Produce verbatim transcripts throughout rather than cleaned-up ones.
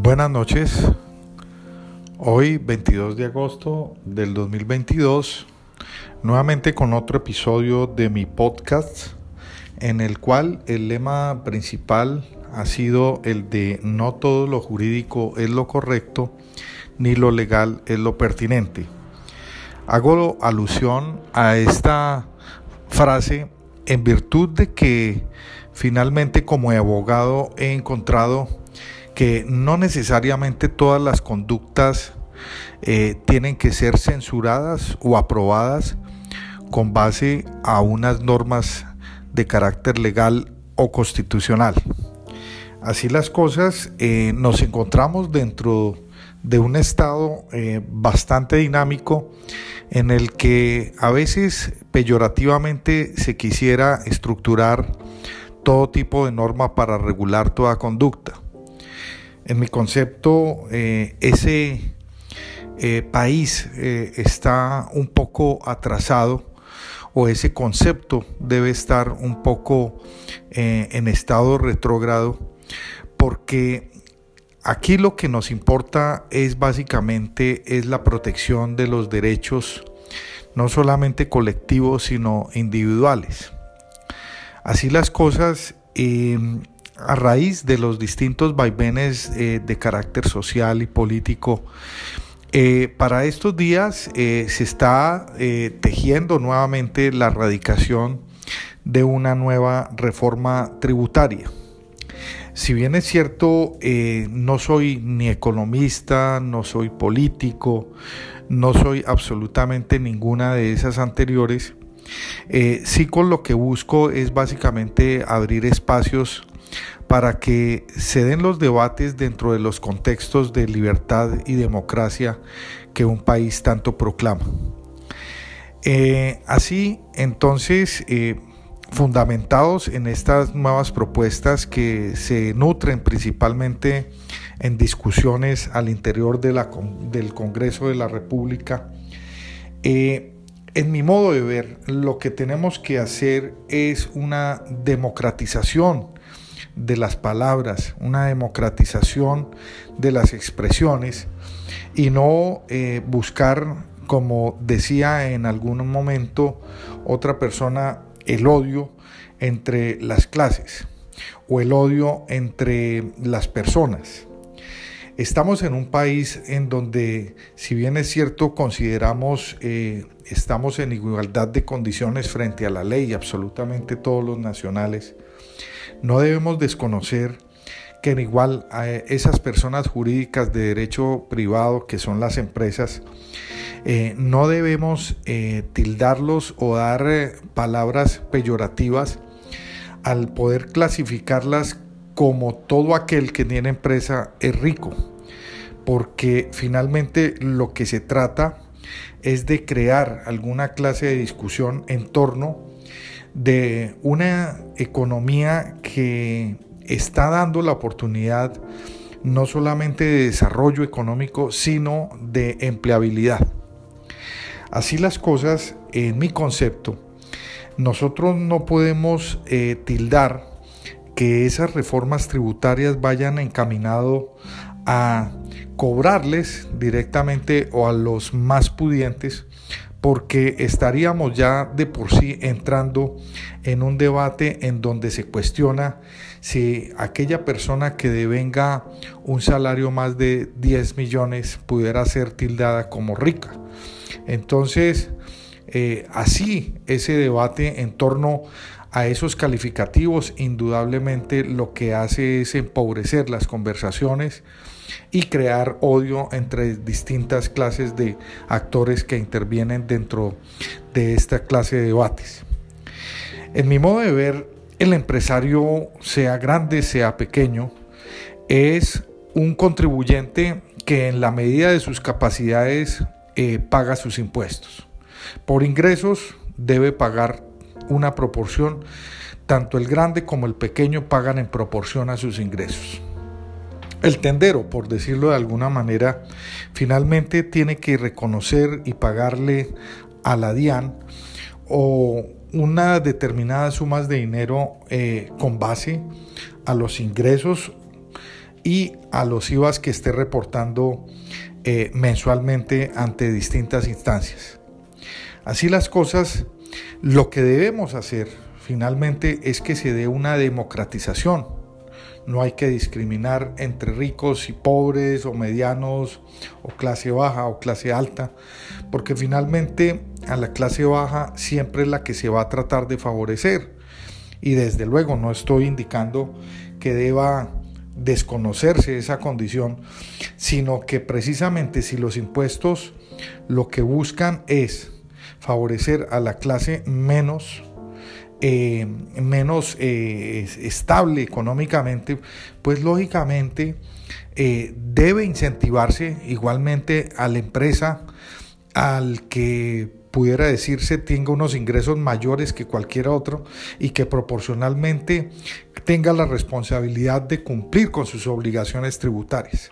Buenas noches. Hoy, veintidós de agosto del dos mil veintidós, nuevamente con otro episodio de mi podcast, en el cual el lema principal ha sido el de no todo lo jurídico es lo correcto, ni lo legal es lo pertinente. Hago alusión a esta frase en virtud de que finalmente como abogado he encontrado que no necesariamente todas las conductas eh, tienen que ser censuradas o aprobadas con base a unas normas de carácter legal o constitucional. Así las cosas, eh, nos encontramos dentro de un estado eh, bastante dinámico en el que a veces peyorativamente se quisiera estructurar todo tipo de norma para regular toda conducta. En mi concepto, eh, ese eh, país eh, está un poco atrasado, o ese concepto debe estar un poco eh, en estado retrógrado, porque aquí lo que nos importa es básicamente es la protección de los derechos, no solamente colectivos, sino individuales. Así las cosas, eh, a raíz de los distintos vaivenes eh, de carácter social y político, eh, para estos días eh, se está eh, tejiendo nuevamente la radicación de una nueva reforma tributaria. Si bien es cierto, eh, no soy ni economista, no soy político, no soy absolutamente ninguna de esas anteriores, eh, sí con lo que busco es básicamente abrir espacios para que se den los debates dentro de los contextos de libertad y democracia que un país tanto proclama. Eh, así, entonces, eh, fundamentados en estas nuevas propuestas que se nutren principalmente en discusiones al interior de la, del Congreso de la República, eh, en mi modo de ver, lo que tenemos que hacer es una democratización de las palabras, una democratización de las expresiones y no eh, buscar, como decía en algún momento otra persona, el odio entre las clases o el odio entre las personas. Estamos en un país en donde, si bien es cierto, consideramos eh, estamos en igualdad de condiciones frente a la ley, absolutamente todos los nacionales. No debemos desconocer que en igual a esas personas jurídicas de derecho privado que son las empresas, eh, no debemos eh, tildarlos o dar eh, palabras peyorativas al poder clasificarlas como todo aquel que tiene empresa es rico, porque finalmente lo que se trata es de crear alguna clase de discusión en torno de una economía que está dando la oportunidad no solamente de desarrollo económico, sino de empleabilidad. Así las cosas, en mi concepto, nosotros no podemos eh, tildar que esas reformas tributarias vayan encaminado a cobrarles directamente o a los más pudientes, porque estaríamos ya de por sí entrando en un debate en donde se cuestiona si aquella persona que devenga un salario más de diez millones pudiera ser tildada como rica. Entonces, eh, así ese debate en torno a esos calificativos indudablemente lo que hace es empobrecer las conversaciones y crear odio entre distintas clases de actores que intervienen dentro de esta clase de debates. En mi modo de ver, el empresario, sea grande, sea pequeño, es un contribuyente que en la medida de sus capacidades eh, paga sus impuestos. Por ingresos debe pagar una proporción, tanto el grande como el pequeño pagan en proporción a sus ingresos. El tendero, por decirlo de alguna manera, finalmente tiene que reconocer y pagarle a la DIAN o una determinada suma de dinero eh, con base a los ingresos y a los I V As que esté reportando eh, mensualmente ante distintas instancias. Así las cosas, lo que debemos hacer finalmente es que se dé una democratización. No hay que discriminar entre ricos y pobres o medianos o clase baja o clase alta, porque finalmente a la clase baja siempre es la que se va a tratar de favorecer. Y desde luego no estoy indicando que deba desconocerse esa condición, sino que precisamente si los impuestos lo que buscan es favorecer a la clase menos Eh, menos eh, estable económicamente, pues lógicamente eh, debe incentivarse igualmente a la empresa, al que pudiera decirse tenga unos ingresos mayores que cualquier otro y que proporcionalmente tenga la responsabilidad de cumplir con sus obligaciones tributarias.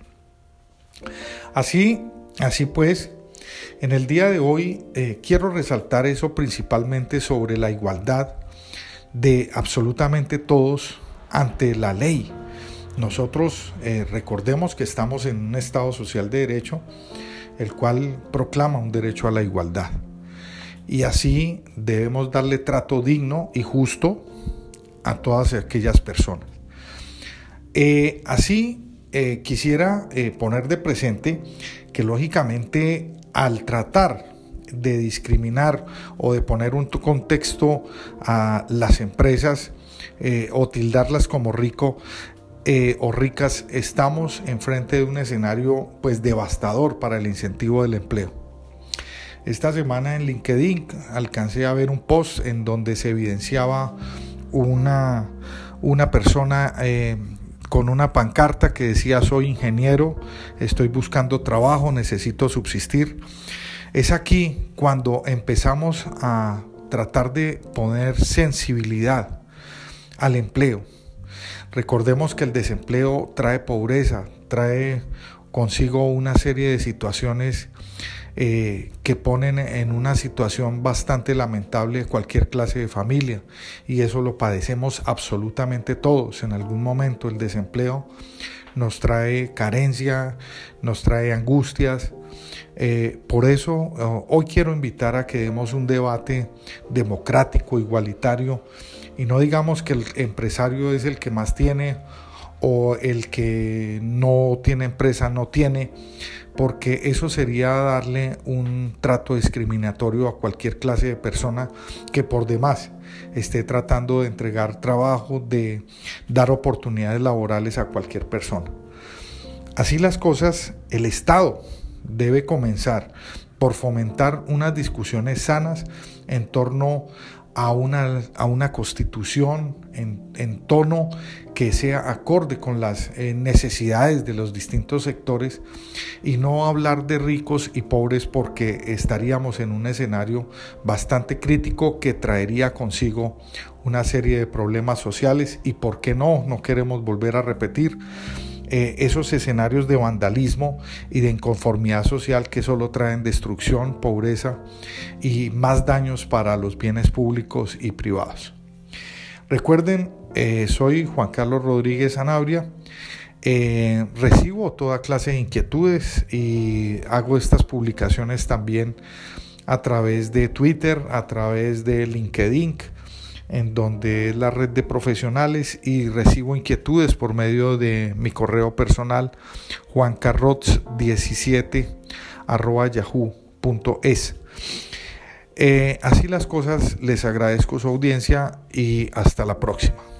Así, así pues, en el día de hoy eh, quiero resaltar eso principalmente sobre la igualdad de absolutamente todos ante la ley. Nosotros eh, recordemos que estamos en un Estado social de derecho, el cual proclama un derecho a la igualdad. Y así debemos darle trato digno y justo a todas aquellas personas. Eh, así eh, quisiera eh, poner de presente que lógicamente al tratar de discriminar o de poner un contexto a las empresas eh, o tildarlas como rico eh, o ricas, estamos enfrente de un escenario pues devastador para el incentivo del empleo. Esta semana en LinkedIn alcancé a ver un post en donde se evidenciaba una, una persona eh, con una pancarta que decía: soy ingeniero, estoy buscando trabajo, necesito subsistir. Es aquí cuando empezamos a tratar de poner sensibilidad al empleo. Recordemos que el desempleo trae pobreza, trae consigo una serie de situaciones eh, que ponen en una situación bastante lamentable cualquier clase de familia, y eso lo padecemos absolutamente todos. En algún momento el desempleo nos trae carencia, nos trae angustias. Eh, por eso uh, hoy quiero invitar a que demos un debate democrático, igualitario, y no digamos que el empresario es el que más tiene o el que no tiene empresa no tiene, porque eso sería darle un trato discriminatorio a cualquier clase de persona que por demás esté tratando de entregar trabajo, de dar oportunidades laborales a cualquier persona. Así las cosas, el Estado debe comenzar por fomentar unas discusiones sanas en torno a una, a una constitución en, en tono que sea acorde con las eh, necesidades de los distintos sectores, y no hablar de ricos y pobres, porque estaríamos en un escenario bastante crítico que traería consigo una serie de problemas sociales y, ¿por qué no? No queremos volver a repetir Eh, esos escenarios de vandalismo y de inconformidad social que solo traen destrucción, pobreza y más daños para los bienes públicos y privados. Recuerden, eh, soy Juan Carlos Rodríguez Sanabria, eh, recibo toda clase de inquietudes y hago estas publicaciones también a través de Twitter, a través de LinkedIn, en donde es la red de profesionales, y recibo inquietudes por medio de mi correo personal juancarrots diecisiete arroba yahoo punto es. Eh, así las cosas, les agradezco su audiencia y hasta la próxima.